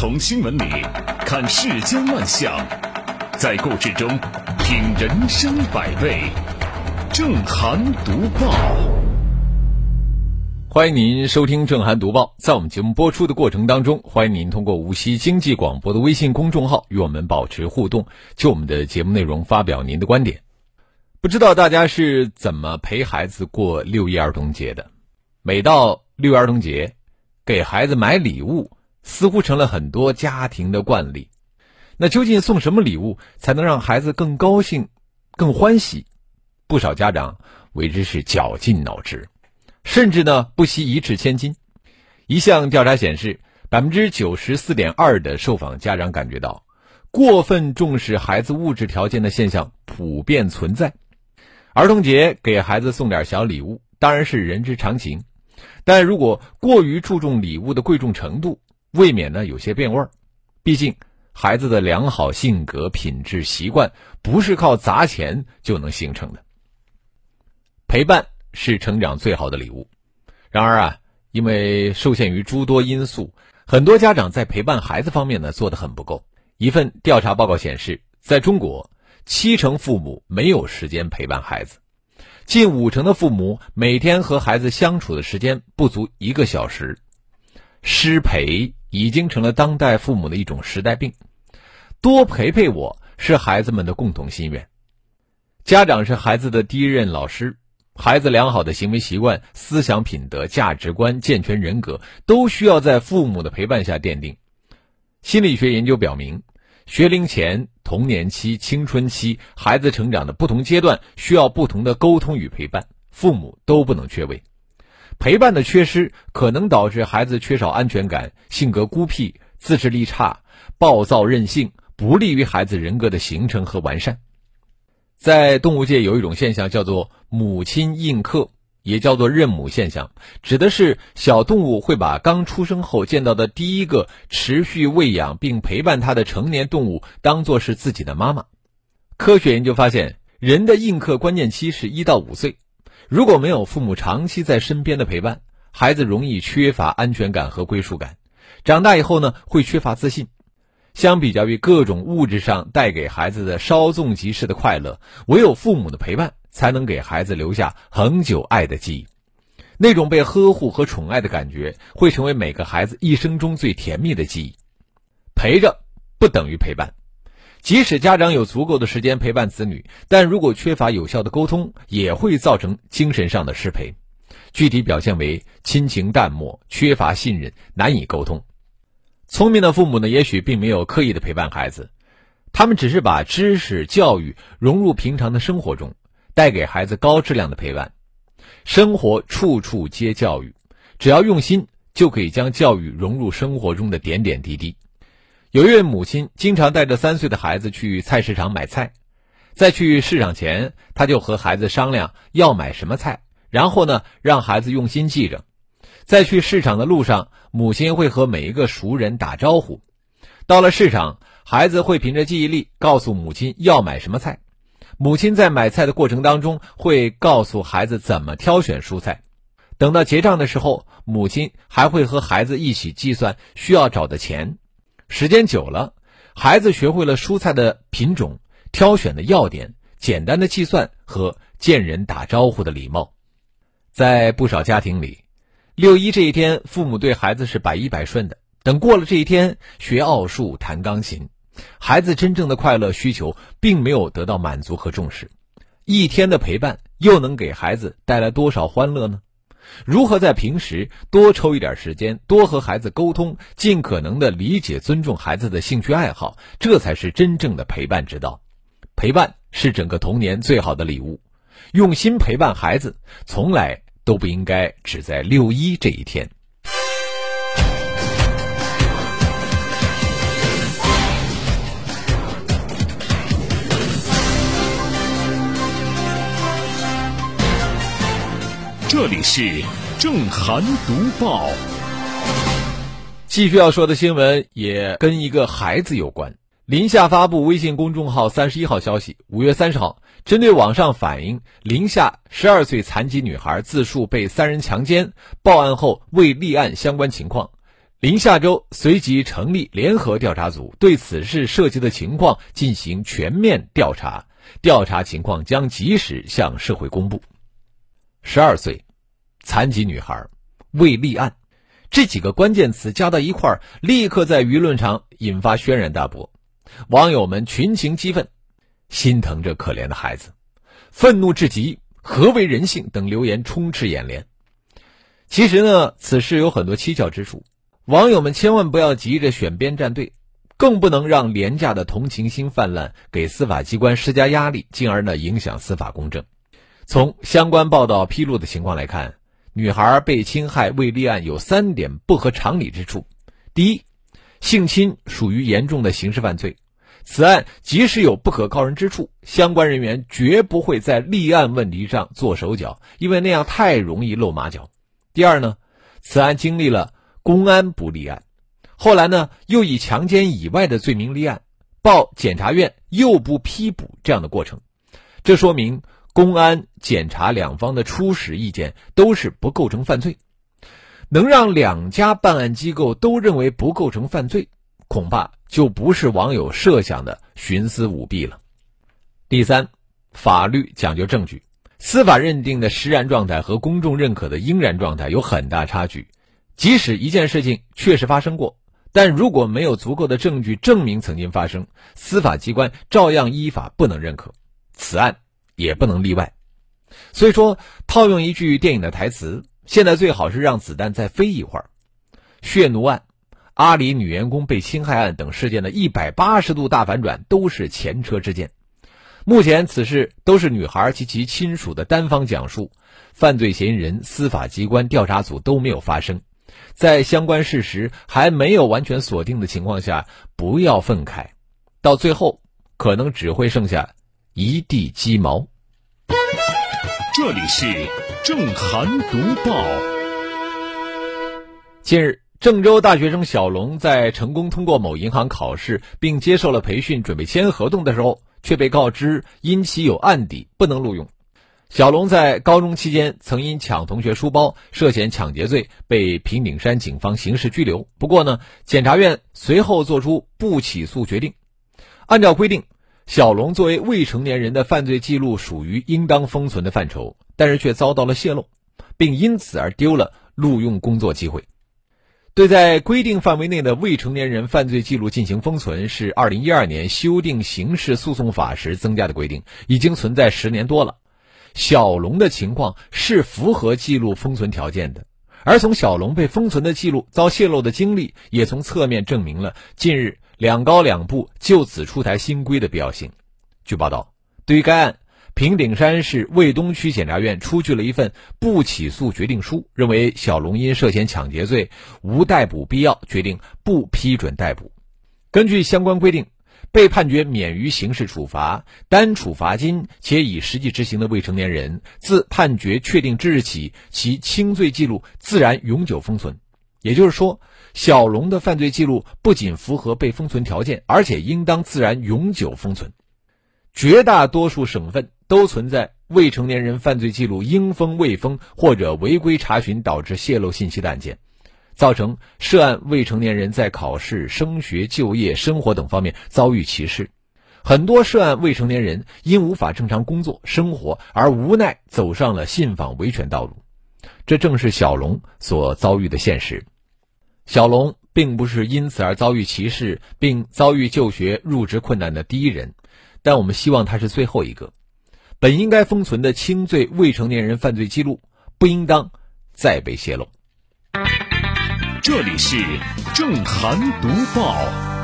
从新闻里看世间万象，在故事中品人生百味。正涵读报， 欢迎您收听正涵读报。在我们节目播出的过程当中，欢迎您通过无锡经济广播的微信公众号与我们保持互动，就我们的节目内容发表您的观点。不知道大家是怎么陪孩子过6一儿童节的？每到6一儿童节，给孩子买礼物似乎成了很多家庭的惯例。那究竟送什么礼物才能让孩子更高兴、更欢喜？不少家长为之是绞尽脑汁，甚至呢不惜一掷千金。一项调查显示， 94.2% 的受访家长感觉到过分重视孩子物质条件的现象普遍存在。儿童节给孩子送点小礼物当然是人之常情，但如果过于注重礼物的贵重程度，未免呢有些变味儿。毕竟孩子的良好性格、品质、习惯不是靠砸钱就能形成的。陪伴是成长最好的礼物。然而因为受限于诸多因素，很多家长在陪伴孩子方面呢做得很不够。一份调查报告显示，在中国70%父母没有时间陪伴孩子，近50%的父母每天和孩子相处的时间不足1个小时。失陪已经成了当代父母的一种时代病。多陪陪我是孩子们的共同心愿。家长是孩子的第一任老师，孩子良好的行为习惯、思想品德、价值观、健全人格都需要在父母的陪伴下奠定。心理学研究表明，学龄前、童年期、青春期孩子成长的不同阶段需要不同的沟通与陪伴，父母都不能缺位。陪伴的缺失可能导致孩子缺少安全感、性格孤僻、自制力差、暴躁任性，不利于孩子人格的形成和完善。在动物界有一种现象叫做母亲印刻，也叫做认母现象，指的是小动物会把刚出生后见到的第一个持续喂养并陪伴它的成年动物当作是自己的妈妈。科学研究发现，人的印刻关键期是1到5岁，如果没有父母长期在身边的陪伴，孩子容易缺乏安全感和归属感，长大以后呢会缺乏自信。相比较于各种物质上带给孩子的稍纵即逝的快乐，唯有父母的陪伴才能给孩子留下恒久爱的记忆。那种被呵护和宠爱的感觉会成为每个孩子一生中最甜蜜的记忆。陪着不等于陪伴，即使家长有足够的时间陪伴子女，但如果缺乏有效的沟通，也会造成精神上的失陪。具体表现为亲情淡漠、缺乏信任、难以沟通。聪明的父母呢，也许并没有刻意的陪伴孩子，他们只是把知识、教育融入平常的生活中，带给孩子高质量的陪伴。生活处处皆教育，只要用心，就可以将教育融入生活中的点点滴滴。有一位母亲经常带着3岁的孩子去菜市场买菜，在去市场前，她就和孩子商量要买什么菜，然后呢，让孩子用心记着。在去市场的路上，母亲会和每一个熟人打招呼。到了市场，孩子会凭着记忆力告诉母亲要买什么菜。母亲在买菜的过程当中会告诉孩子怎么挑选蔬菜。等到结账的时候，母亲还会和孩子一起计算需要找的钱。时间久了，孩子学会了蔬菜的品种、挑选的要点、简单的计算和见人打招呼的礼貌。在不少家庭里，6一这一天，父母对孩子是百依百顺的。等过了这一天，学奥数、弹钢琴，孩子真正的快乐需求并没有得到满足和重视。一天的陪伴又能给孩子带来多少欢乐呢？如何在平时多抽一点时间，多和孩子沟通，尽可能的理解、尊重孩子的兴趣爱好，这才是真正的陪伴之道。陪伴是整个童年最好的礼物，用心陪伴孩子，从来都不应该只在6一这一天。 这里是正涵读报。 继续要说的新闻也跟一个孩子有关。临夏发布微信公众号31号消息，5月30号，针对网上反映临夏12岁残疾女孩自述被3人强奸，报案后未立案相关情况， 临夏州随即成立联合调查组，对此事涉及的情况进行全面调查，调查情况将及时向社会公布。12岁，残疾女孩，未立案，这几个关键词加到一块儿，立刻在舆论上引发轩然大波。网友们群情激愤，心疼这可怜的孩子，愤怒至极，何为人性等留言充斥眼帘。其实呢，此事有很多蹊跷之处，网友们千万不要急着选边站队，更不能让廉价的同情心泛滥，给司法机关施加压力，进而呢影响司法公正。从相关报道披露的情况来看，女孩被侵害未立案有3点不合常理之处。第一，性侵属于严重的刑事犯罪，此案即使有不可告人之处，相关人员绝不会在立案问题上做手脚，因为那样太容易露马脚。第二呢，此案经历了公安不立案，后来呢又以强奸以外的罪名立案，报检察院又不批捕这样的过程，这说明公安、检察两方的初始意见都是不构成犯罪。能让2家办案机构都认为不构成犯罪，恐怕就不是网友设想的徇私舞弊了。第三，法律讲究证据，司法认定的实然状态和公众认可的应然状态有很大差距。即使一件事情确实发生过，但如果没有足够的证据证明曾经发生，司法机关照样依法不能认可，此案也不能例外。所以说，套用一句电影的台词，现在最好是让子弹再飞一会儿。血奴案、阿里女员工被侵害案等事件的180度大反转都是前车之鉴。目前此事都是女孩及其亲属的单方讲述，犯罪嫌疑人、司法机关、调查组都没有发声。在相关事实还没有完全锁定的情况下，不要愤慨，到最后可能只会剩下一地鸡毛。 这里是正涵读报。 近日，郑州大学生小龙在成功通过某银行考试并接受了培训，准备签合同的时候，却被告知因其有案底不能录用。小龙在高中期间曾因抢同学书包涉嫌抢劫罪被平顶山警方刑事拘留，不过呢，检察院随后作出不起诉决定。按照规定，小龙作为未成年人的犯罪记录属于应当封存的范畴，但是却遭到了泄露，并因此而丢了录用工作机会。对在规定范围内的未成年人犯罪记录进行封存是2012年修订刑事诉讼法时增加的规定，已经存在10年多了。小龙的情况是符合记录封存条件的，而从小龙被封存的记录遭泄露的经历，也从侧面证明了近日两高两部就此出台新规的必要性。据报道，对于该案，平顶山市卫东区检察院出具了一份不起诉决定书，认为小龙因涉嫌抢劫罪无逮捕必要，决定不批准逮捕。根据相关规定，被判决免于刑事处罚、单处罚金且已实际执行的未成年人，自判决确定之日起，其轻罪记录自然永久封存。也就是说，小龙的犯罪记录不仅符合被封存条件，而且应当自然永久封存。绝大多数省份都存在未成年人犯罪记录应封未封或者违规查询导致泄露信息的案件，造成涉案未成年人在考试、升学、就业、生活等方面遭遇歧视。很多涉案未成年人因无法正常工作、生活而无奈走上了信访维权道路，这正是小龙所遭遇的现实。小龙并不是因此而遭遇歧视并遭遇就学、入职困难的第一人，但我们希望他是最后一个。本应该封存的轻罪未成年人犯罪记录，不应当再被泄露。 这里是正涵读报。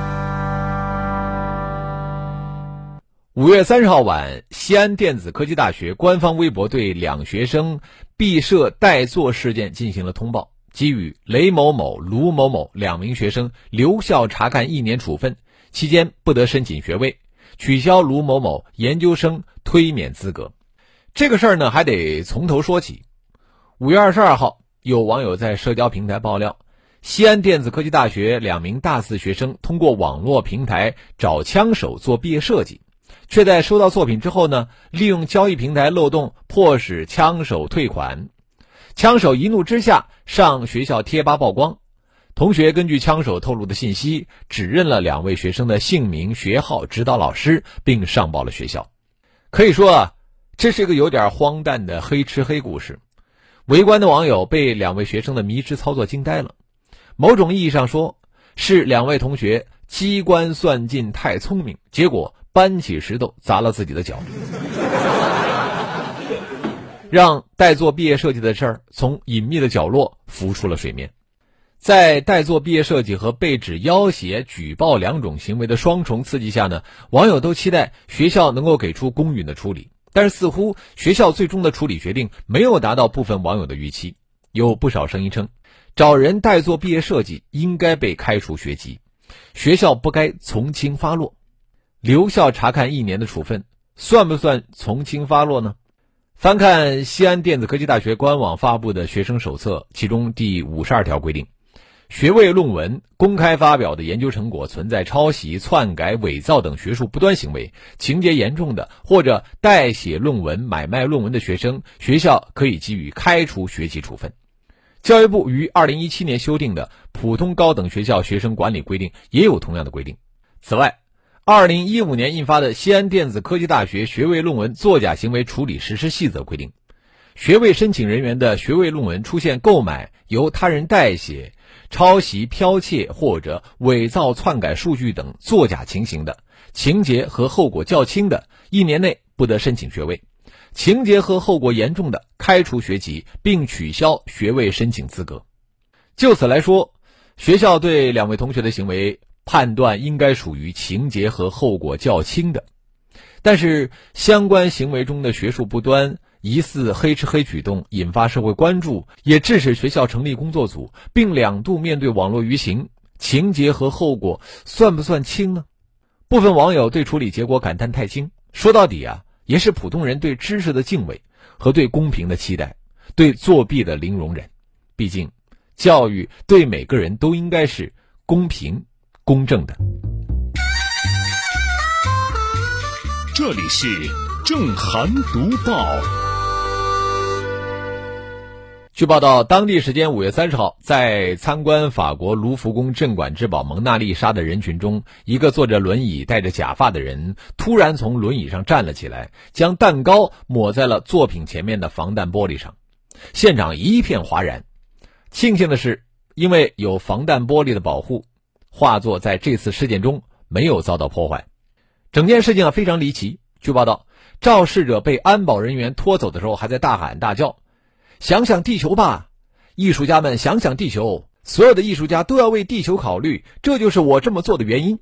5月30号晚，西安电子科技大学官方微博对2学生毕设代做事件进行了通报，给予雷某某、卢某某2名学生留校察看1年处分，期间不得申请学位，取消卢某某研究生推免资格。这个事儿呢，还得从头说起。5月22号，有网友在社交平台爆料，西安电子科技大学2名大4学生通过网络平台找枪手做毕业设计，却在收到作品之后呢，利用交易平台漏洞迫使枪手退款。枪手一怒之下上学校贴吧曝光， 同学根据枪手透露的信息，指认了2位学生的姓名、学号、指导老师，并上报了学校。可以说啊，这是一个有点荒诞的黑吃黑故事。围观的网友被2位学生的迷之操作惊呆了。某种意义上说，是2位同学机关算尽太聪明，结果搬起石头砸了自己的脚，让代做毕业设计的事儿从隐秘的角落浮出了水面。在代做毕业设计和被指要挟、举报2种行为的双重刺激下呢，网友都期待学校能够给出公允的处理，但是似乎学校最终的处理决定没有达到部分网友的预期。有不少声音称，找人代做毕业设计应该被开除学籍，学校不该从轻发落。留校查看1年的处分，算不算从轻发落呢？翻看西安电子科技大学官网发布的学生手册，其中第52条规定，学位论文公开发表的研究成果存在抄袭、篡改、伪造等学术不端行为，情节严重的或者代写论文、买卖论文的学生，学校可以给予开除学籍处分。教育部于2017年修订的《普通高等学校学生管理规定》也有同样的规定。此外，2015年印发的《西安电子科技大学学位论文作假行为处理实施细则》规定，学位申请人员的学位论文出现购买、由他人代写、抄袭、剽窃或者伪造、篡改数据等作假情形的，情节和后果较轻的，1年内不得申请学位；情节和后果严重的，开除学籍并取消学位申请资格。就此来说，学校对2位同学的行为判断应该属于情节和后果较轻的，但是相关行为中的学术不端、疑似黑吃黑举动引发社会关注，也致使学校成立工作组，并2度面对网络舆情，情节和后果算不算轻呢？部分网友对处理结果感叹太轻，说到底啊，也是普通人对知识的敬畏和对公平的期待，对作弊的零容忍。毕竟教育对每个人都应该是公平公正的。 这里是正涵读报。 据报道，当地时间5月30号，在参观法国卢浮宫镇馆之宝蒙娜丽莎的人群中，一个坐着轮椅戴着假发的人突然从轮椅上站了起来，将蛋糕抹在了作品前面的防弹玻璃上，现场一片哗然。庆幸的是，因为有防弹玻璃的保护，画作在这次事件中没有遭到破坏。整件事情非常离奇。据报道，肇事者被安保人员拖走的时候还在大喊大叫，想想地球吧，艺术家们想想地球，所有的艺术家都要为地球考虑，这就是我这么做的原因。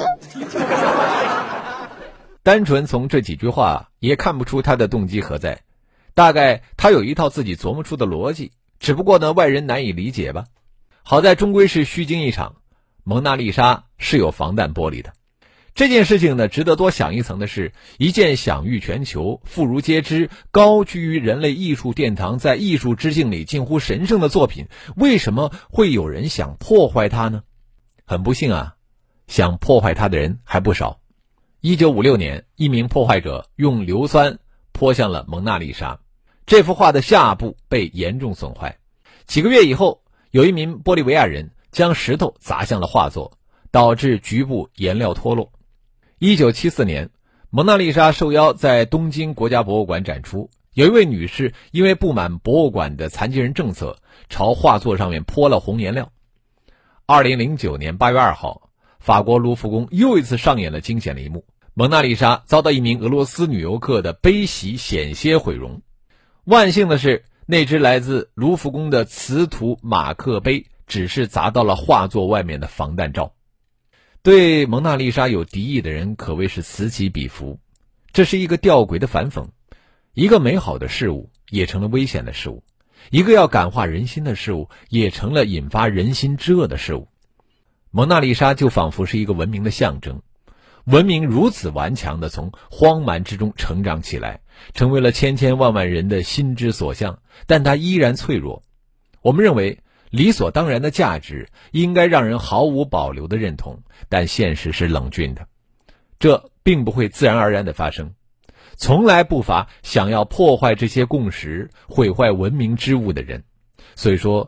单纯从这几句话也看不出他的动机何在，大概他有一套自己琢磨出的逻辑，只不过呢外人难以理解吧。好在终归是虚惊一场，蒙娜丽莎是有防弹玻璃的。这件事情呢，值得多想一层的是，一件享誉全球、妇孺皆知、高居于人类艺术殿堂，在艺术之境里近乎神圣的作品，为什么会有人想破坏它呢？很不幸啊，想破坏它的人还不少。1956年，一名破坏者用硫酸泼向了蒙娜丽莎，这幅画的下部被严重损坏。几个月以后，有一名玻利维亚人将石头砸向了画作，导致局部颜料脱落。1974年，蒙娜丽莎受邀在东京国家博物馆展出，有一位女士因为不满博物馆的残疾人政策，朝画作上面泼了红颜料。2009年8月2号，法国卢浮宫又一次上演了惊险的一幕，蒙娜丽莎遭到一名俄罗斯女游客的悲喜险些毁容。万幸的是，那只来自卢浮宫的瓷土马克杯只是砸到了画作外面的防弹罩。对蒙娜丽莎有敌意的人可谓是此起彼伏，这是一个吊诡的反讽，一个美好的事物也成了危险的事物，一个要感化人心的事物也成了引发人心之恶的事物。蒙娜丽莎就仿佛是一个文明的象征，文明如此顽强地从荒蛮之中成长起来，成为了千千万万人的心之所向，但它依然脆弱。我们认为理所当然的价值应该让人毫无保留的认同，但现实是冷峻的，这并不会自然而然的发生，从来不乏想要破坏这些共识、毁坏文明之物的人。所以说，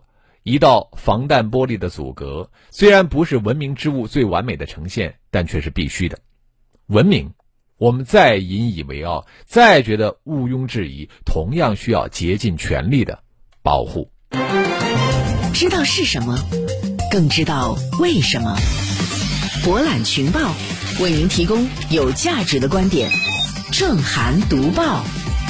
一道防弹玻璃的阻隔，虽然不是文明之物最完美的呈现，但却是必须的。文明，我们再引以为傲，再觉得毋庸置疑，同样需要竭尽全力的保护。 知道是什么，更知道为什么。博览群报为您提供有价值的观点，正涵读报。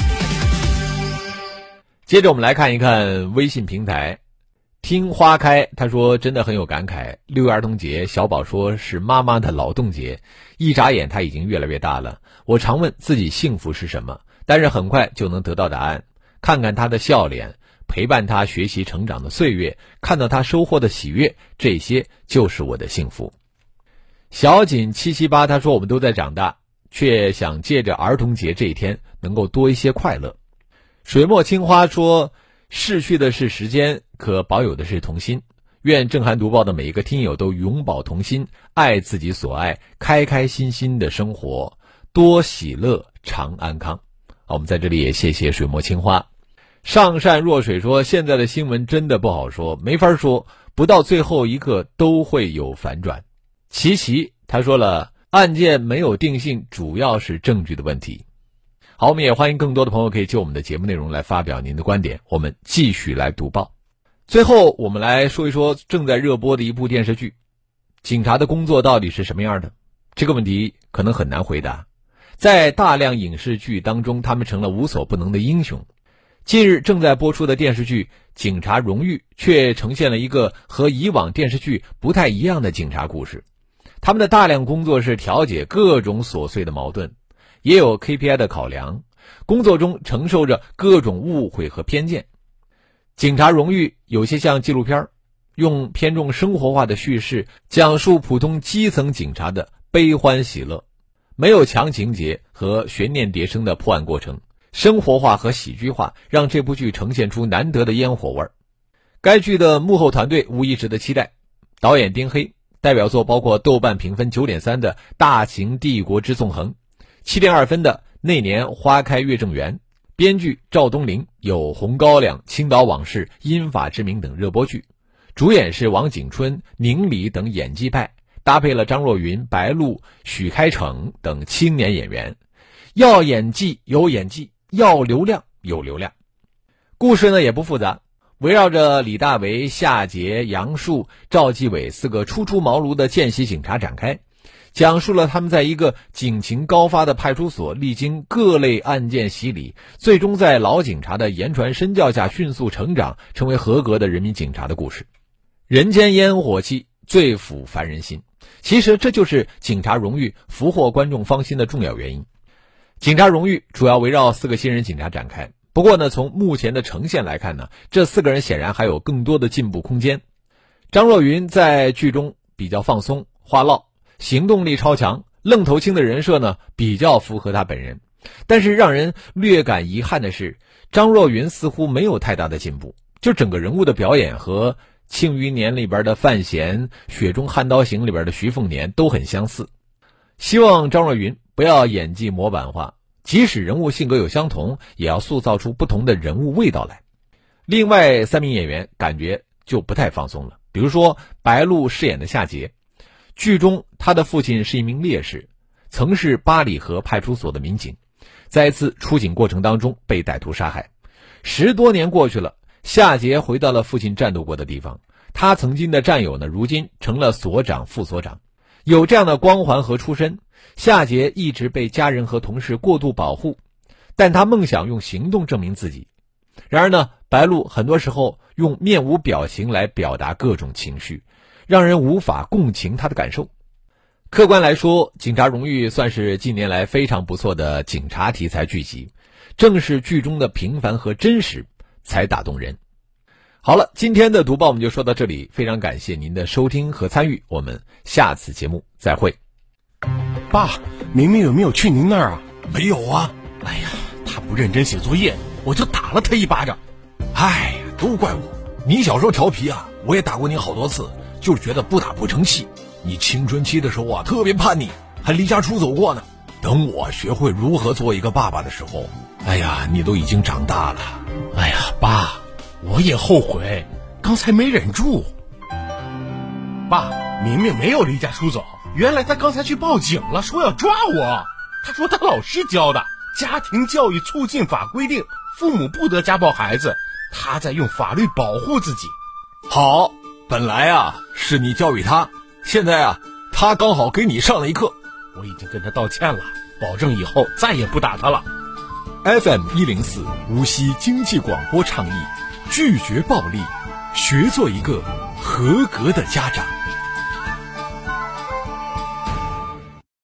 接着我们来看一看微信平台听花开，他说真的很有感慨，6月儿童节，小宝说是妈妈的劳动节，一眨眼他已经越来越大了。我常问自己幸福是什么，但是很快就能得到答案。看看他的笑脸，陪伴他学习成长的岁月，看到他收获的喜悦，这些就是我的幸福。小锦778他说我们都在长大，却想借着儿童节这一天能够多一些快乐。水墨青花说逝去的是时间，可保有的是童心。愿正涵读报的每一个听友都永葆童心，爱自己所爱，开开心心的生活，多喜乐，常安康。我们在这里也谢谢水墨青花。上善若水说现在的新闻真的不好说，没法说，不到最后一刻都会有反转。琪琪他说了，案件没有定性，主要是证据的问题。好，我们也欢迎更多的朋友可以就我们的节目内容来发表您的观点，我们继续来读报。最后我们来说一说正在热播的一部电视剧，警察的工作到底是什么样的？这个问题可能很难回答。在大量影视剧当中，他们成了无所不能的英雄。近日正在播出的电视剧《警察荣誉》却呈现了一个和以往电视剧不太一样的警察故事。他们的大量工作是调解各种琐碎的矛盾，也有 KPI 的考量，工作中承受着各种误会和偏见。警察荣誉有些像纪录片，用偏重生活化的叙事讲述普通基层警察的悲欢喜乐，没有强情节和悬念迭生的破案过程，生活化和喜剧化让这部剧呈现出难得的烟火味。该剧的幕后团队无疑值得期待，导演丁黑，代表作包括豆瓣评分 9.3 的《大秦帝国之纵横》，7.2 分的《那年花开月正圆》，编剧赵东林，有《红高粱》、《青岛往事》、《因法之名》等热播剧，主演是王景春、宁理等演技派，搭配了张若昀、白鹿、许开骋等青年演员。要演技有演技，要流量有流量。故事呢也不复杂，围绕着李大为、夏桀、杨树、赵继伟4个初出茅庐的见习警察展开，讲述了他们在一个警情高发的派出所历经各类案件洗礼，最终在老警察的言传身教下迅速成长，成为合格的人民警察的故事。人间烟火气，最抚凡人心。其实这就是警察荣誉俘获观众芳心的重要原因。警察荣誉主要围绕4个新人警察展开，不过呢，从目前的呈现来看呢，这4个人显然还有更多的进步空间。张若昀在剧中比较放松话唠，行动力超强，愣头青的人设呢比较符合他本人。但是让人略感遗憾的是，张若昀似乎没有太大的进步，就整个人物的表演和《庆余年》里边的范闲、《雪中悍刀行》里边的徐凤年都很相似。希望张若昀不要演技模板化，即使人物性格有相同，也要塑造出不同的人物味道来。另外3名演员感觉就不太放松了，比如说白鹿饰演的夏桀，剧中他的父亲是一名烈士，曾是八里河派出所的民警，在一次出警过程当中被歹徒杀害。10多年过去了，夏桀回到了父亲战斗过的地方，他曾经的战友呢，如今成了所长、副所长。有这样的光环和出身，夏桀一直被家人和同事过度保护，但他梦想用行动证明自己。然而呢，白鹿很多时候用面无表情来表达各种情绪，让人无法共情他的感受。客观来说，警察荣誉算是近年来非常不错的警察题材剧集，正是剧中的平凡和真实才打动人。好了，今天的读报我们就说到这里，非常感谢您的收听和参与，我们下次节目再会。 爸，明明有没有去您那儿啊？ 没有啊。 哎呀，他不认真写作业，我就打了他一巴掌。 哎呀，都怪我，你小时候调皮啊，我也打过你好多次，就是觉得不打不成器。你青春期的时候啊，特别叛逆，还离家出走过呢。等我学会如何做一个爸爸的时候，哎呀，你都已经长大了。 哎呀，爸，我也后悔， 刚才没忍住。爸，明明没有离家出走，原来他刚才去报警了，说要抓我。他说他老师教的家庭教育促进法规定，父母不得家暴孩子，他在用法律保护自己。 好，本来啊是你教育他，现在啊他刚好给你上了一课。 我已经跟他道歉了，保证以后再也不打他了。 FM104 无锡经济广播倡议，拒绝暴力，学做一个合格的家长。